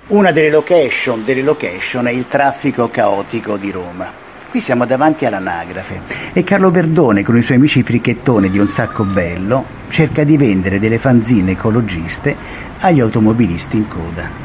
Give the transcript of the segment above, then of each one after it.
Una delle location è il traffico caotico di Roma. Qui siamo davanti all'anagrafe e Carlo Verdone, con i suoi amici fricchettoni di Un Sacco Bello, cerca di vendere delle fanzine ecologiste agli automobilisti in coda.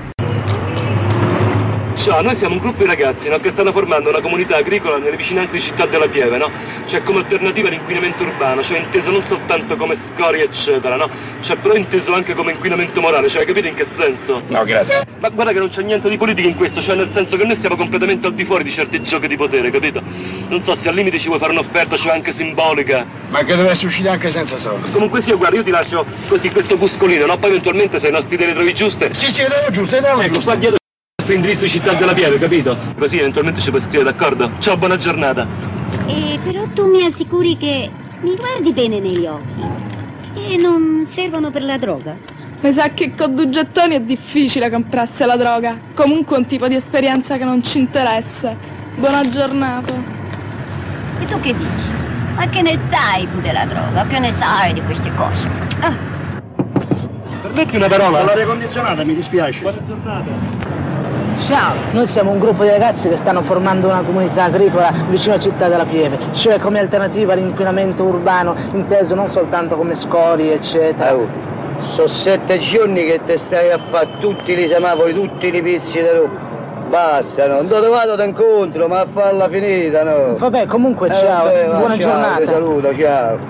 Ciao, noi siamo un gruppo di ragazzi, no, che stanno formando una comunità agricola nelle vicinanze di Città della Pieve, no? Cioè come alternativa all'inquinamento urbano, cioè inteso non soltanto come scorie eccetera, no? Cioè però inteso anche come inquinamento morale, cioè capite in che senso? No, grazie. Ma guarda che non c'è niente di politica in questo, cioè nel senso che noi siamo completamente al di fuori di certi giochi di potere, capito? Non so se al limite ci vuoi fare un'offerta, cioè anche simbolica. Ma che dovesse uscire anche senza soldi. Comunque sia, guarda, io ti lascio così questo buscolino, no? Poi eventualmente se i nostri idee le trovi giuste. Sì, le trovo giuste, le trovo ecco, giuste. qua dietro indirizzo Città della Pieve, capito? Così eventualmente ci puoi scrivere, d'accordo? Ciao, buona giornata. Però tu mi assicuri che mi guardi bene negli occhi e non servono per la droga? Mi sa che con 2 gettoni è difficile comprarsi la droga. Comunque è un tipo di esperienza che non ci interessa. Buona giornata. E tu che dici? Ma che ne sai tu della droga? Che ne sai di queste cose? Permetti una parola? Con l'aria condizionata, mi dispiace. Buona giornata. Ciao, noi siamo un gruppo di ragazzi che stanno formando una comunità agricola vicino a Città della Pieve, cioè come alternativa all'inquinamento urbano, inteso non soltanto come scorie, eccetera. Sono 7 giorni che te stai a fare tutti i semafori, tutti i pizzi da Roma. Basta, no? Dove vado t'incontro, ma a farla finita, no? Vabbè, comunque ciao, buona giornata. Ti saluto, ciao.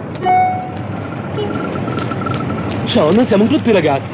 Ciao, noi siamo un gruppo di ragazzi.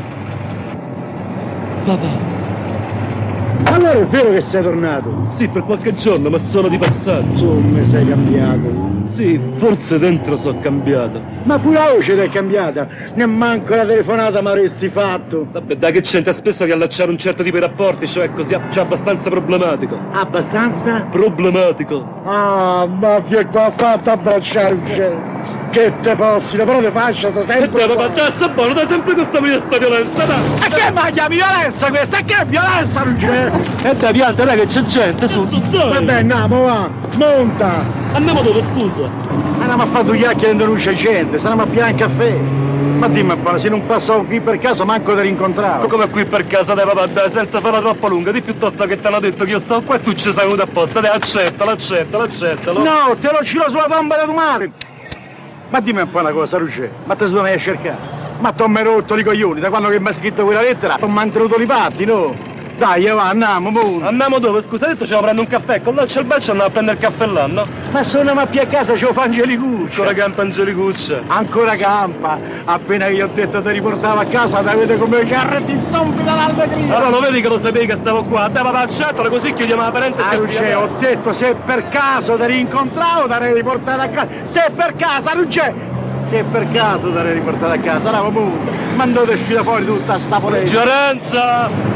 Papà. Allora è vero che sei tornato? Sì, per qualche giorno, ma sono di passaggio. Come sei cambiato? Sì, forse dentro so cambiato. Ma pure la voce è cambiata. Nemmanco la telefonata mi avresti fatto. Vabbè, dai, che c'entra spesso riallacciare un certo tipo di rapporti, cioè così c'è abbastanza problematico. Abbastanza? Problematico. Ah, ma ti è qua fatta abbracciare. Che te possino, però te faccia sempre. E te, papà, te sta buono, dai sempre questa violenza, dai. Ma che maglia violenza questa? Che violenza non c'è? E dai, pianta, dai, che c'è gente, su. Vabbè, andiamo, va, monta. Andiamo dove, scusa? Andiamo a fare 2 chiacchiere e non c'è gente, stiamo a piare un caffè. Ma dimmi un po', se non passavo qui per caso manco ti rincontravo. Ma come qui per casa, dai, papà, dai, senza farla troppo lunga, di piuttosto che ti hanno detto che io stavo qua e tu ci sei venuto apposta, dai, accettalo. No, te lo giro sulla tomba di tua madre. Ma dimmi un po' una cosa, Ruggè, ma te dove vai a cercare? Ma t'ho mai rotto i coglioni, da quando che mi ha scritto quella lettera ho mantenuto i patti, no? Dai, va, andiamo, mo. Andiamo dove? Scusa, hai detto ci a prendere un caffè, con là c'è il bacio andiamo a prendere il caffè là, no? Ma sono a più a casa, c'ho Angelicuccia. Ancora campa Angelicuccia. Ancora campa. Appena io ho detto ti riportavo a casa, ti avete come carretti in zombi dall'allegria. Allora lo vedi che lo sapevi che stavo qua? Dai, papà, accettalo, così chiudiamo la parentesi. Ruggè, ho detto se per caso ti rincontravo, ti avrei riportato a casa. Se per caso, Ruggè! Se per caso ti avrei riportato a casa, bravo, mandate uscire fuori tutta sta polemica. Fiorenza!